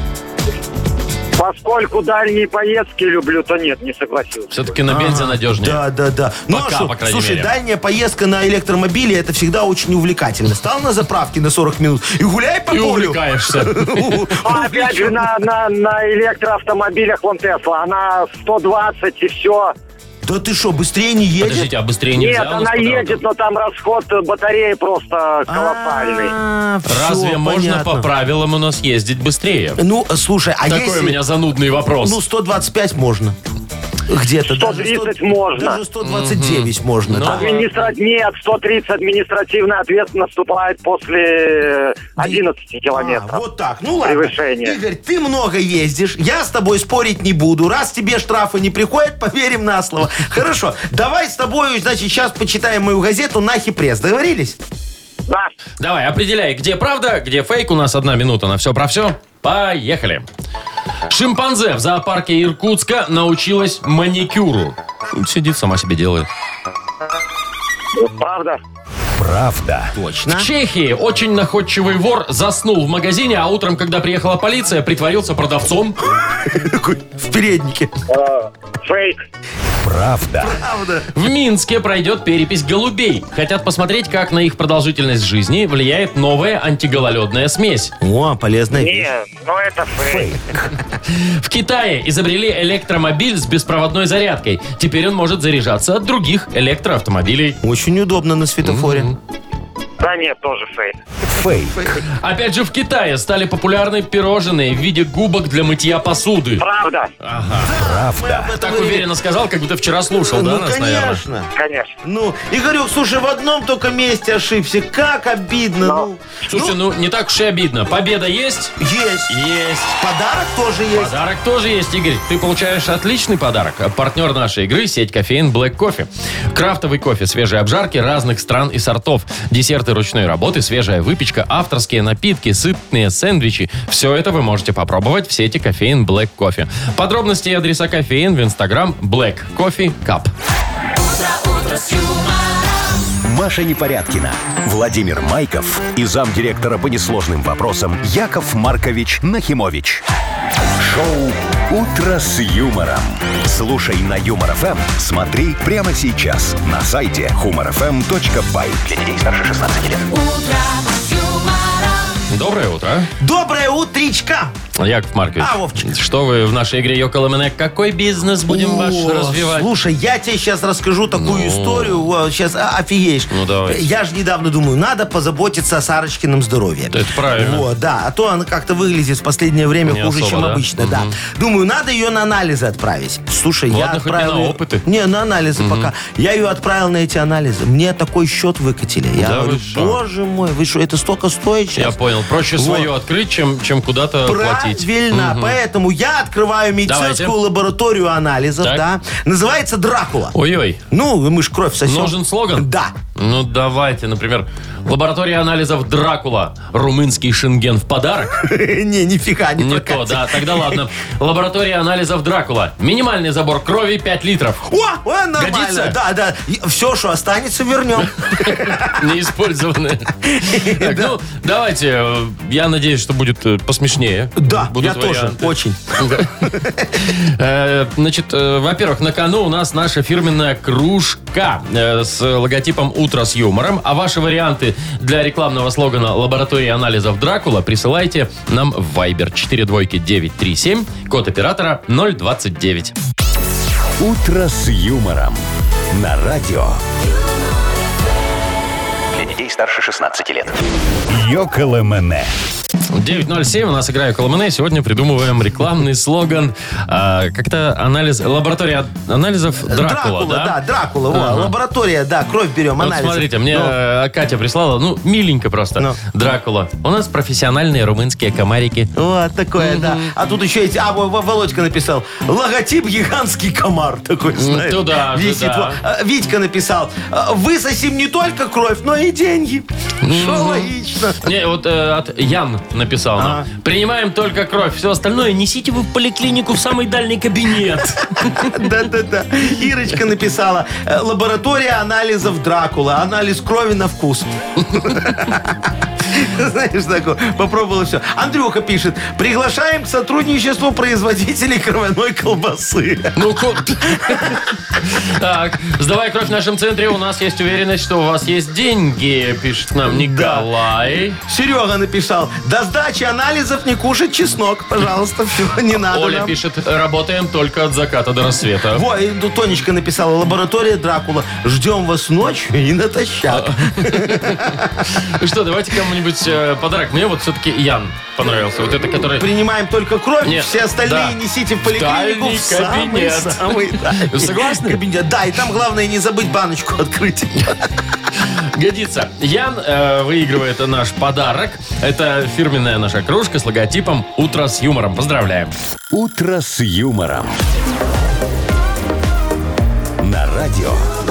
Поскольку дальние поездки люблю, то нет, не согласился. Все-таки на бензе надежнее. Да, да, да. Ну, Пока, а что, по крайней слушай, мере. дальняя поездка на электромобиле, это всегда очень увлекательно. Стал на заправке на сорок минут и гуляй по И полю. увлекаешься. А опять же, на, на, на электроавтомобилях вон Тесла, она сто двадцать и все. Да ты что, быстрее не едешь? Подождите, а быстрее Нет, нельзя? у нас она по едет, дорогам? но там расход батареи просто колоссальный. А, всё, Разве можно понятно. по правилам у нас ездить быстрее? Ну, слушай, а Такой если... у меня занудный вопрос. Ну, сто двадцать пять можно. Где-то. сто даже тридцать сто можно. Даже сто двадцать девять можно. Ну, да. Администра... Нет, сто тридцать административная ответственность наступает после одиннадцати километров. А, вот так. Ну ладно. Превышение. Игорь, ты много ездишь. Я с тобой спорить не буду. Раз тебе штрафы не приходят, поверим на слово. Хорошо. Давай с тобой, значит, сейчас почитаем мою газету «Нахи пресс». Договорились? Да. Давай, определяй, где правда, где фейк. У нас одна минута на все про все. Поехали. Шимпанзе в зоопарке Иркутска научилась маникюру. Сидит, сама себе делает. Правда? Правда. Точно. В Чехии очень находчивый вор заснул в магазине, а утром, когда приехала полиция, притворился продавцом. В переднике. Э, Фейк. Правда. Правда. В Минске пройдет перепись голубей. Хотят посмотреть, как на их продолжительность жизни влияет новая антигололедная смесь. О, полезная вещь. Нет, ну это фейк. В Китае изобрели электромобиль с беспроводной зарядкой. Теперь он может заряжаться от других электроавтомобилей. Очень удобно на светофоре. Да нет, тоже фейк. Фейк. Опять же, в Китае стали популярны пирожные в виде губок для мытья посуды. Правда? Правда. Так уверенно сказал, как будто вчера слушал, да, Ну, нас, наверное? конечно. Конечно. Ну, Игорек, слушай, в одном только месте ошибся. Как обидно. Но. Ну, Слушайте, ну не так уж и обидно. Победа есть? есть. Есть. Подарок тоже есть. Подарок тоже есть, Игорь. Ты получаешь отличный подарок. Партнер нашей игры — сеть кофеин Black Coffee. Крафтовый кофе, свежие обжарки разных стран и сортов. Десерты ручной работы, свежая выпечка, авторские напитки, сытные сэндвичи. Все это вы можете попробовать в сети кофеин Black Coffee. Подробности и адреса кофеин в инстаграм Black Coffee Cup. Маша Непорядкина, Владимир Майков и замдиректора по несложным вопросам Яков Маркович Нахимович. Шоу «Утро с юмором». Слушай на Юмор ФМ, смотри прямо сейчас на сайте humor эф эм точка бай. Для детей старше шестнадцати лет. Доброе утро. Доброе утречка. Яков Маркович, А, Вовчик. что вы в нашей игре Йоколэ Мэнэ? Какой бизнес будем О, ваш развивать? Слушай, я тебе сейчас расскажу такую Ну. историю. Сейчас офигеешь. Ну, давай. Я же недавно думаю, надо позаботиться о Сарочкином здоровье. Это правильно. Вот, да. А то она как-то выглядит в последнее время Не хуже, особо, чем да? обычно. Да. Думаю, надо ее на анализы отправить. Слушай, я Ладно, хоть не отправил... на её- опыты. Не, на анализы пока. Я ее отправил на эти анализы. Мне такой счет выкатили. Я Да говорю, вы что? боже мой, вы что, это столько стоит Я сейчас? понял. Проще Вот. свое открыть, чем, чем куда-то платить. Правильно. Поэтому я открываю медицинскую Давайте. лабораторию анализов, Так. да. Называется Дракула. Ой-ой. Ну, мы ж кровь сосем. Нужен слоган? Да. Ну, давайте, например, лаборатория анализов Дракула. Румынский шенген в подарок. Не, нифига не Не то, прокатит. да. Тогда ладно. Лаборатория анализов Дракула. Минимальный забор крови пять литров. О, о, нормально. Годится? Да, да. Все, что останется, вернем. Неиспользованные. Так, ну, давайте. э, Я надеюсь, что будет э, посмешнее. Да, Будут я тоже. варианты. Очень. Э, Значит, э, во-первых, на кону у нас наша фирменная кружка э, с логотипом «Утро с юмором». А ваши варианты для рекламного слогана «Лаборатория анализов Дракула» присылайте нам в Viber четыре двойки девять три семь, код оператора ноль двадцать девять. «Утро с юмором» на радио. Для детей старше шестнадцати лет. Йоколэмэне. девять ноль семь, у нас игра «Йоколэмэне». Сегодня придумываем рекламный слоган. А, как-то анализ... Лаборатория анализов Дракула, Дракула, да? да, Дракула. во, Ага. лаборатория, да, кровь берем, Вот анализ. смотрите, мне Ну. э, Катя прислала, ну, миленько просто. Ну. Дракула. У нас профессиональные румынские комарики. Вот такое, да. А тут еще эти... А, Во- Во- Володька написал. Логотип гигантский комар. Такой, знаешь. туда же, висит. да. Во. А, Витька написал. а, Высосим не только кровь, но и деньги. Что логично. Не, вот э, от Ян написал нам. Ага. Принимаем только кровь. Все остальное несите вы в поликлинику в самый дальний кабинет. Да-да-да. Ирочка написала. э, Лаборатория анализов Дракула. Анализ крови на вкус. Знаешь, такое. Попробовала все. Андрюха пишет. Приглашаем к сотрудничеству производителей кровяной колбасы. Ну, ко- Так, сдавай кровь в нашем центре. У нас есть уверенность, что у вас есть деньги, пишет нам Николай. Серега написал. До сдачи анализов не кушать чеснок. Пожалуйста, все, не надо Оля нам. пишет, работаем только от заката до рассвета. Во, и ну, Тонечка написала. Лаборатория Дракула. Ждем вас ночью и натощак. Ну что, давайте кому-нибудь э, подарок. Мне вот все-таки Ян понравился. Вот это, который... Принимаем только кровь, Нет, все остальные да. несите в В поликлинику дальний в самый, кабинет. самый дальний Согласны? кабинет. Да, и там главное не забыть баночку открыть. Годится. Ян э, выигрывает наш подарок. Это фирменная наша кружка с логотипом «Утро с юмором». Поздравляем. «Утро с юмором». На радио.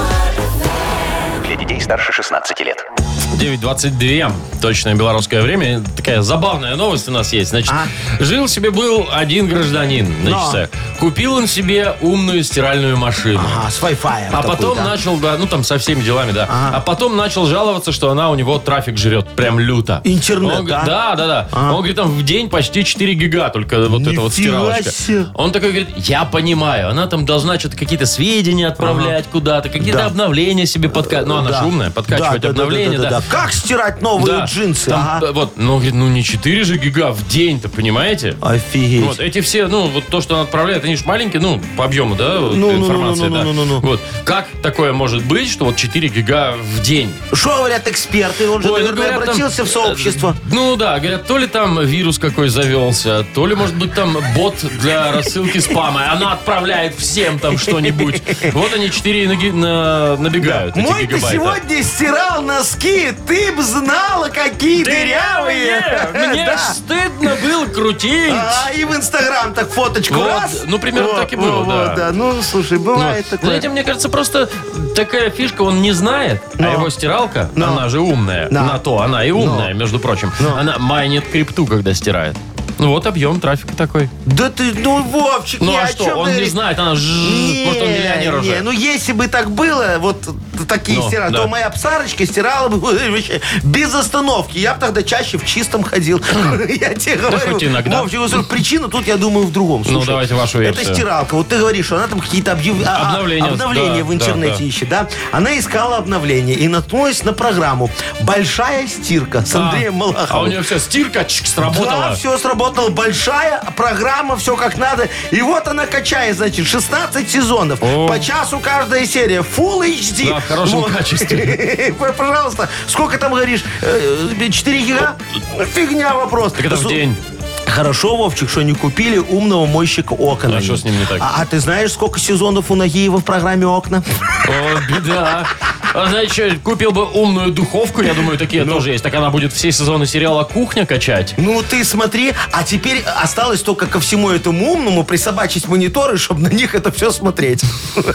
Для детей старше шестнадцати лет. девять двадцать два. Точное белорусское время. Такая забавная новость у нас есть. Значит, А? жил себе был один гражданин на Но. часах. Купил он себе умную стиральную машину. Ага, с Wi-Fi. А потом начал, да, ну там со всеми делами, да. Ага. А потом начал жаловаться, что она у него трафик жрет прям люто. Интернет, Он да? говорит, да? Да, да, Ага. Он говорит, там в день почти четыре гига только вот эта вот Нифига стиралочка. себе. Он такой говорит, я понимаю, она там должна что-то какие-то сведения отправлять куда-то, какие-то Да. обновления себе подкачивать. Ну, она Да. же умная, подкачивать Да, да, да, обновления, да, да. да, да. Как стирать новые Да. джинсы? Там, Ага. э, Вот, ну, говорит, ну не четыре же гига в день-то, понимаете? Офигеть. Вот, эти все, ну, вот то, что он отправляет, они же маленькие, ну, по объему, да, вот, Ну, ну, информации, ну, ну, да. ну, ну, ну. Вот, как такое может быть, что вот четыре гига в день? Что говорят эксперты? Он же, Ой, ну, наверное, говорят, там, обратился в сообщество. э, Ну да, говорят, то ли там вирус какой завелся, то ли, может быть, там бот для рассылки спама. Она отправляет всем там что-нибудь. Вот они четыре ноги- на- набегают, эти Мой ты гигабайта. сегодня стирал носки, ты б знала, какие дырявые. Мне Да. аж стыдно было крутить. А, и в Инстаграм так фоточку Вот, раз. ну, примерно Вот, так и было, вот, да. Ну, слушай, Ну, бывает такое. знаете, мне кажется, просто такая фишка, он не знает, Но. а его стиралка, Но. она же умная, Да. на то, она и умная, между прочим, Но. она майнит крипту, когда стирает. Ну вот объем трафика такой. Да ты, ну, Вовчик, Ну я а о что, чем он не говорю? знает, она жжж, может он миллионер Не, уже. ну если бы так было, вот такие Ну, стирали, да. то моя псарочка стирала бы вообще без остановки. Я бы тогда чаще в чистом ходил. Я тебе говорю. хоть иногда. Вовчик, вот, слушай, причина тут, я думаю, в другом. Ну, Слушай, давайте вашу версию. Это стиралка. Вот ты говоришь, что она там какие-то объяв- а, а, Обновления, обновления да, в да, интернете да. ищет, да? Она искала обновления и наткнулась на программу «Большая стирка» с А, Андреем А у Малаховым. нее все, стирка чик, сработала. Да, все сработало. Большая программа, все как надо. И вот она качает, значит, шестнадцать сезонов. О. По часу каждая серия. Full эйч ди. Да, в хорошем качестве. Пожалуйста. Сколько там, говоришь? Э, четыре гига? Фигня вопрос. Так это в Слу- день. Хорошо, Вовчик, что не купили умного мойщика окон. А они. что с ним не так? А, а ты знаешь, сколько сезонов у Нагиева в программе «Окна»? О, беда. А знаете что, купил бы умную духовку, я думаю, такие тоже есть. Так она будет все сезоны сериала «Кухня» качать. Ну, ты смотри, а теперь осталось только ко всему этому умному присобачить мониторы, чтобы на них это все смотреть.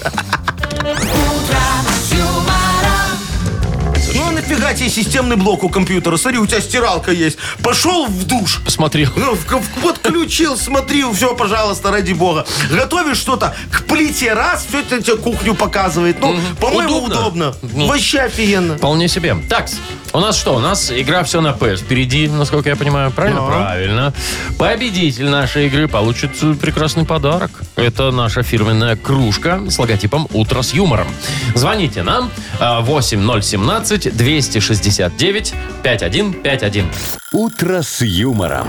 Ну, а нафига тебе системный блок у компьютера? Смотри, у тебя стиралка есть. Пошел в душ. Посмотрел. Ну, в- в- подключил, смотри, все, пожалуйста, ради бога. Готовишь что-то к плите раз, все это тебе кухню показывает. Ну, по-моему, Удобно. удобно. Ну. Вообще офигенно. Вполне себе. Так, У нас что? У нас игра «Все на П» впереди, насколько я понимаю. Правильно? Да. Правильно. Победитель нашей игры получит прекрасный подарок. Это наша фирменная кружка с логотипом «Утро с юмором». Звоните нам восемь ноль семнадцать двести шестьдесят девять пятьдесят один пятьдесят один. «Утро с юмором».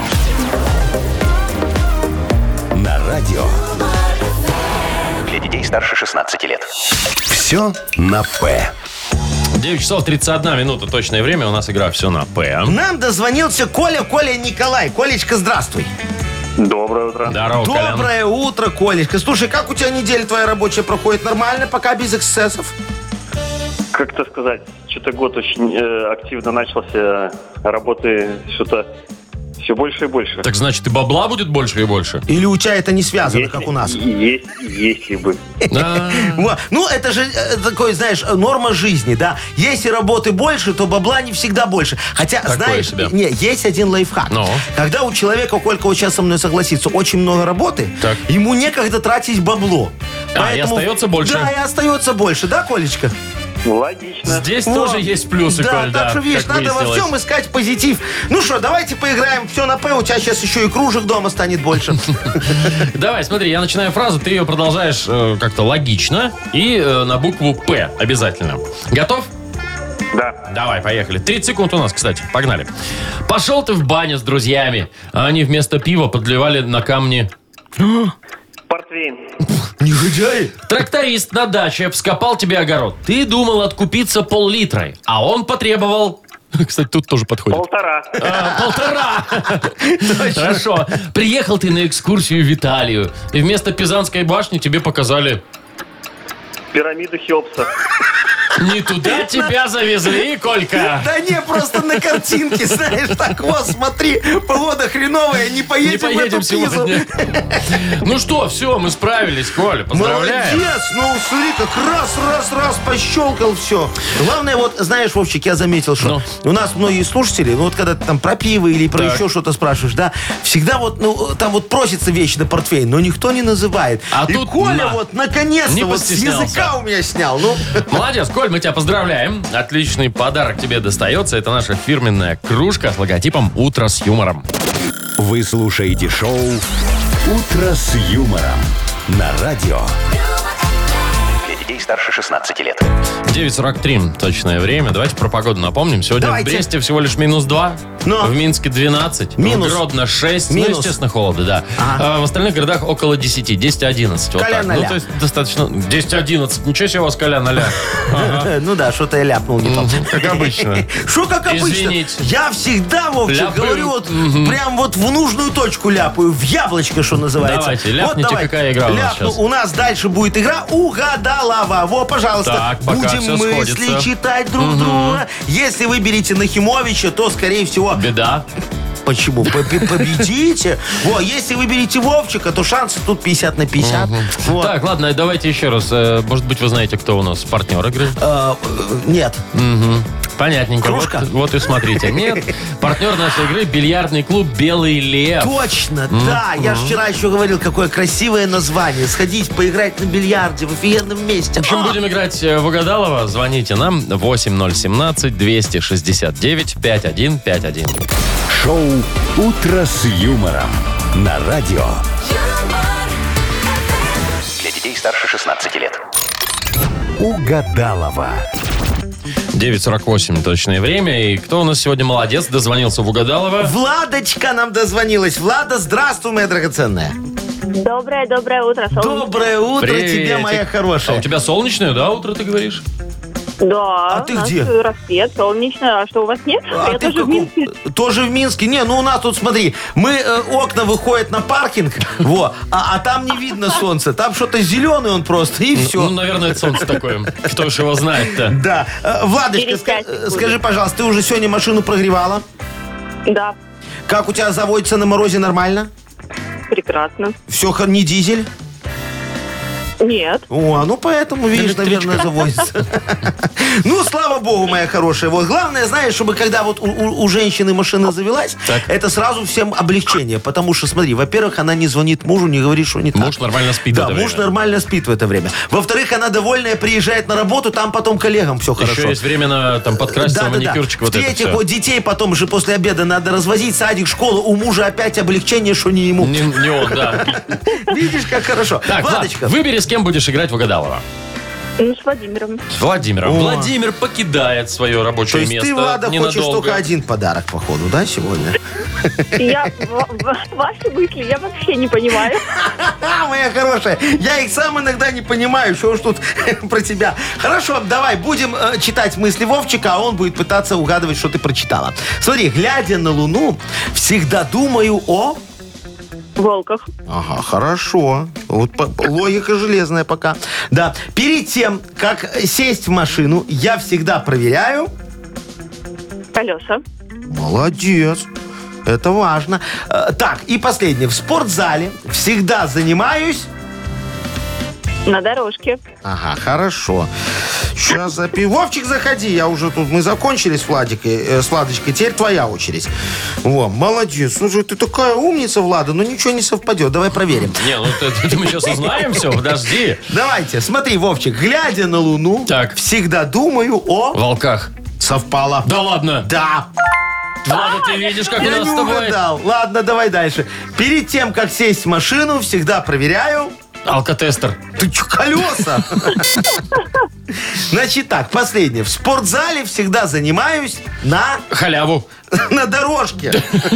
На радио. Для детей старше шестнадцати лет. Все на «П». девять часов тридцать одна минута, точное время. У нас игра «Все на П». Нам дозвонился Коля, Коля Николай. Колечка, здравствуй. Доброе утро. Здорово, Колян. Доброе утро, Колечка. Слушай, как у тебя неделя твоя рабочая проходит? Нормально, пока без эксцессов? Как это сказать? Что-то год очень э, активно начался. Работы что-то все больше и больше. Так значит, и бабла будет больше и больше? Или у тебя это не связано, Если- как у нас? Есть, если бы. Да. Во. Ну, это же э, такой, знаешь, норма жизни, да. Если работы больше, то бабла не всегда больше. Хотя, Такое знаешь, себе. не, есть один лайфхак. Ну? Когда у человека, Колька вот сейчас со мной согласится, очень много работы, Так. ему некогда тратить бабло. А, и остается больше. Да, и остается больше, да, Колечка? Логично. Здесь Вот. тоже есть плюсы, да, Коль, так да, что, видишь, как надо во выяснилось. всем искать позитив. Ну что, давайте поиграем все на П. У тебя сейчас еще и кружек дома станет больше. Давай, смотри, я начинаю фразу, ты ее продолжаешь э, как-то логично и э, на букву «П» обязательно. Готов? Да. Давай, поехали. тридцать секунд у нас, кстати. Погнали. Пошел ты в баню с друзьями, а они вместо пива подливали на камни. Портвейн. Негодяй. Тракторист на даче вскопал тебе огород. Ты думал откупиться пол-литра, а он потребовал... Кстати, тут тоже подходит. Полтора. А, полтора. Хорошо. Приехал ты на экскурсию в Италию, и вместо Пизанской башни тебе показали... Пирамиду Хеопса. Не туда тебя завезли, Колька. Да не, просто на картинке, знаешь, так вот, смотри, погода хреновая, не поедем, Не поедем в эту Пизу. сегодня. Ну что, все, мы справились, Коля, поздравляем. Молодец, ну смотри, как раз, раз, раз пощелкал все. Главное, вот, знаешь, Вовчик, я заметил, что у нас многие слушатели, ну вот когда ты там про пиво или про Так. еще что-то спрашиваешь, да, всегда вот, ну, там вот просится вечно портфейн, но никто не называет. А И тут Коля на. вот наконец-то Не вот с постеснялся. языка у меня снял, ну. Молодец, Коль, мы тебя поздравляем. Отличный подарок тебе достается. Это наша фирменная кружка с логотипом «Утро с юмором». Вы слушаете шоу «Утро с юмором» на радио. Для детей старше шестнадцати лет. девять сорок три точное время. Давайте про погоду напомним. Сегодня Давайте. в Бресте всего лишь минус два. Но. В Минске двенадцать. Минус. В Гродно шесть. Минус. Ну, естественно, холодно, да. Ага. А в остальных городах около десять. десять одиннадцать. Вот Коля так. Ну, ноля. то есть достаточно... десять одиннадцать. Ничего себе у вас, Коля, ноля. Ага. Ну да, что-то я ляпнул не то. Как обычно. Что как обычно? Извините. Я всегда, Вовчик, Ляпаю. говорю вот прям вот в нужную точку ляпаю, в яблочко, что называется. Давайте, ляпните, Вот давай. какая игра у нас Ляпну. сейчас. У нас дальше будет игра «Угадалова». Во, пожалуйста. Так, пока будем всё мысли сходится. читать друг друга. Если выберете Нахимовича, то, скорее всего... Беда. Почему? Побе- Победите. Во, если выберете Вовчика, то шансы тут пятьдесят на пятьдесят. Вот. Так, ладно, давайте еще раз. Э, Может быть, вы знаете, кто у нас партнер игры? Э, э, Нет. Мгм. Понятненько. Вот, Кружка? вот и смотрите. Нет, партнер нашей игры — бильярдный клуб «Белый лев». Точно, да. Я же вчера еще говорил, какое красивое название. Сходить, поиграть на бильярде в офигенном месте. В общем, А! будем играть э, в Угадалова. Звоните нам восемь ноль семнадцать двести шестьдесят девять пятьдесят один пятьдесят один. Шоу «Утро с юмором» на радио. Для детей старше шестнадцати лет. Угадалова. девять сорок восемь точное время. И кто у нас сегодня молодец, дозвонился в Угадалова? Владочка нам дозвонилась. Влада, здравствуй, моя драгоценная. Доброе, доброе утро, солнце. Доброе утро тебе, Приветик. моя А хорошая. у тебя солнечное, да, утро, ты говоришь? Да, А ты у нас где? рассвет, солнечно. А что, у вас нет? А Я ты в тоже в каком- Минске. Тоже в Минске? Не, ну у нас тут, смотри, мы э, окна выходят на паркинг, во, а, а там не видно солнца. Там что-то зеленый он просто, и все. Ну, наверное, это солнце такое. Кто ж его знает-то? Да. Э, Владочка, Через ска- пять э, секунд. скажи, пожалуйста, ты уже сегодня машину прогревала? Да, Как у тебя заводится на морозе нормально? прекрасно. Все, не дизель? Нет. О, ну поэтому, видишь, наверное, заводится. Ну, слава богу, моя хорошая. Вот главное, знаешь, чтобы когда вот у, у- у женщины машина завелась, Так. это сразу всем облегчение. Потому что, смотри, во-первых, она не звонит мужу, не говорит, что не так. Муж нормально спит в Да, это муж время. нормально спит в это время. Во-вторых, она довольная, приезжает на работу, там потом коллегам все хорошо. Еще есть время на там подкраситься, маникюрчик, вот это В-третьих, все. вот детей потом же после обеда надо развозить, садик, школу. У мужа опять облегчение, что не ему. Не, не он, да. Видишь, как хорошо. Так, Влад, Владочка. выбери, с кем будешь играть в Угадалова. Ну, с Владимиром. С Владимиром. О. Владимир покидает свое То рабочее есть место ты, Влада, хочешь ненадолго. только один подарок, походу, да, сегодня? Я в- в- ваши мысли я вообще не понимаю. А, моя хорошая, я их сам иногда не понимаю, что уж тут про тебя. Хорошо, давай, будем э, читать мысли Вовчика, а он будет пытаться угадывать, что ты прочитала. Смотри, глядя на Луну, всегда думаю о... Волках. Ага, хорошо. Вот по- логика железная пока. Да, перед тем, как сесть в машину, я всегда проверяю... Колеса. Молодец. Это важно. Э, Так, и последнее. В спортзале всегда занимаюсь... На дорожке. Ага, хорошо. Сейчас запи... Вовчик, заходи. Я уже тут... Мы закончили с Владикой, э, с Владочкой. Теперь твоя очередь. Во, молодец. Слушай, ты такая умница, Влада, но ничего не совпадет. Давай проверим. Не, ну это, это мы сейчас узнаем все, подожди. Давайте, смотри, Вовчик. Глядя на Луну, Так. всегда думаю о... В волках. Совпало. Да ладно. Да. Влада, ты видишь, как у Я нас не с тобой... угадал. Ладно, давай дальше. Перед тем, как сесть в машину, всегда проверяю... Алкотестер. Ты что, колеса? Значит так, последнее. В спортзале всегда занимаюсь на, Халяву. на дорожке.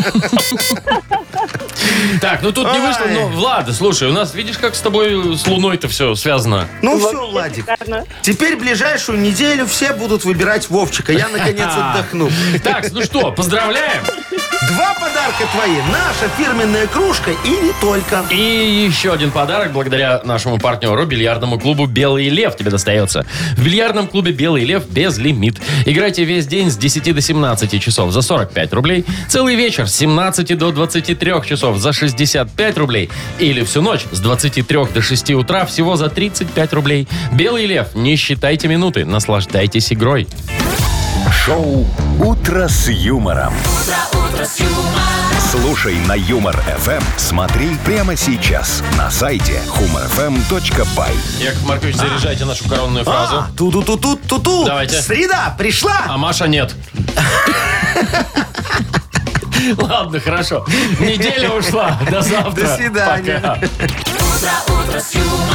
Так, ну тут не Ой. вышло, но, Влада, слушай, у нас, видишь, как с тобой с Луной-то все связано? Ну все, Вообще Владик. шикарно. Теперь ближайшую неделю все будут выбирать Вовчика. Я, наконец, отдохну. Так, ну что, поздравляем. Два подарка твои. Наша фирменная кружка и не только. И еще один подарок благодаря нашему партнеру, бильярдному клубу «Белый лев» тебе достается. В бильярдном клубе «Белый лев» без лимит. Играйте весь день с десяти до семнадцати часов за сорок пять рублей. Целый вечер с семнадцати до двадцати трёх часов за шестьдесят пять рублей. Или всю ночь с двадцати трёх до шести утра всего за тридцать пять рублей. «Белый лев». Не считайте минуты. Наслаждайтесь игрой. Шоу «Утро с юмором». Слушай на Юмор эф эм. Смотри прямо сейчас на сайте humor f m точка by. Яков Маркович, заряжайте нашу коронную фразу. А, ту-ду-ту-ту-ту-ту. Давайте. Среда пришла. А Маша нет. Ладно, хорошо. Неделя ушла. До завтра. До свидания. Пока. Утро, утро с юмором.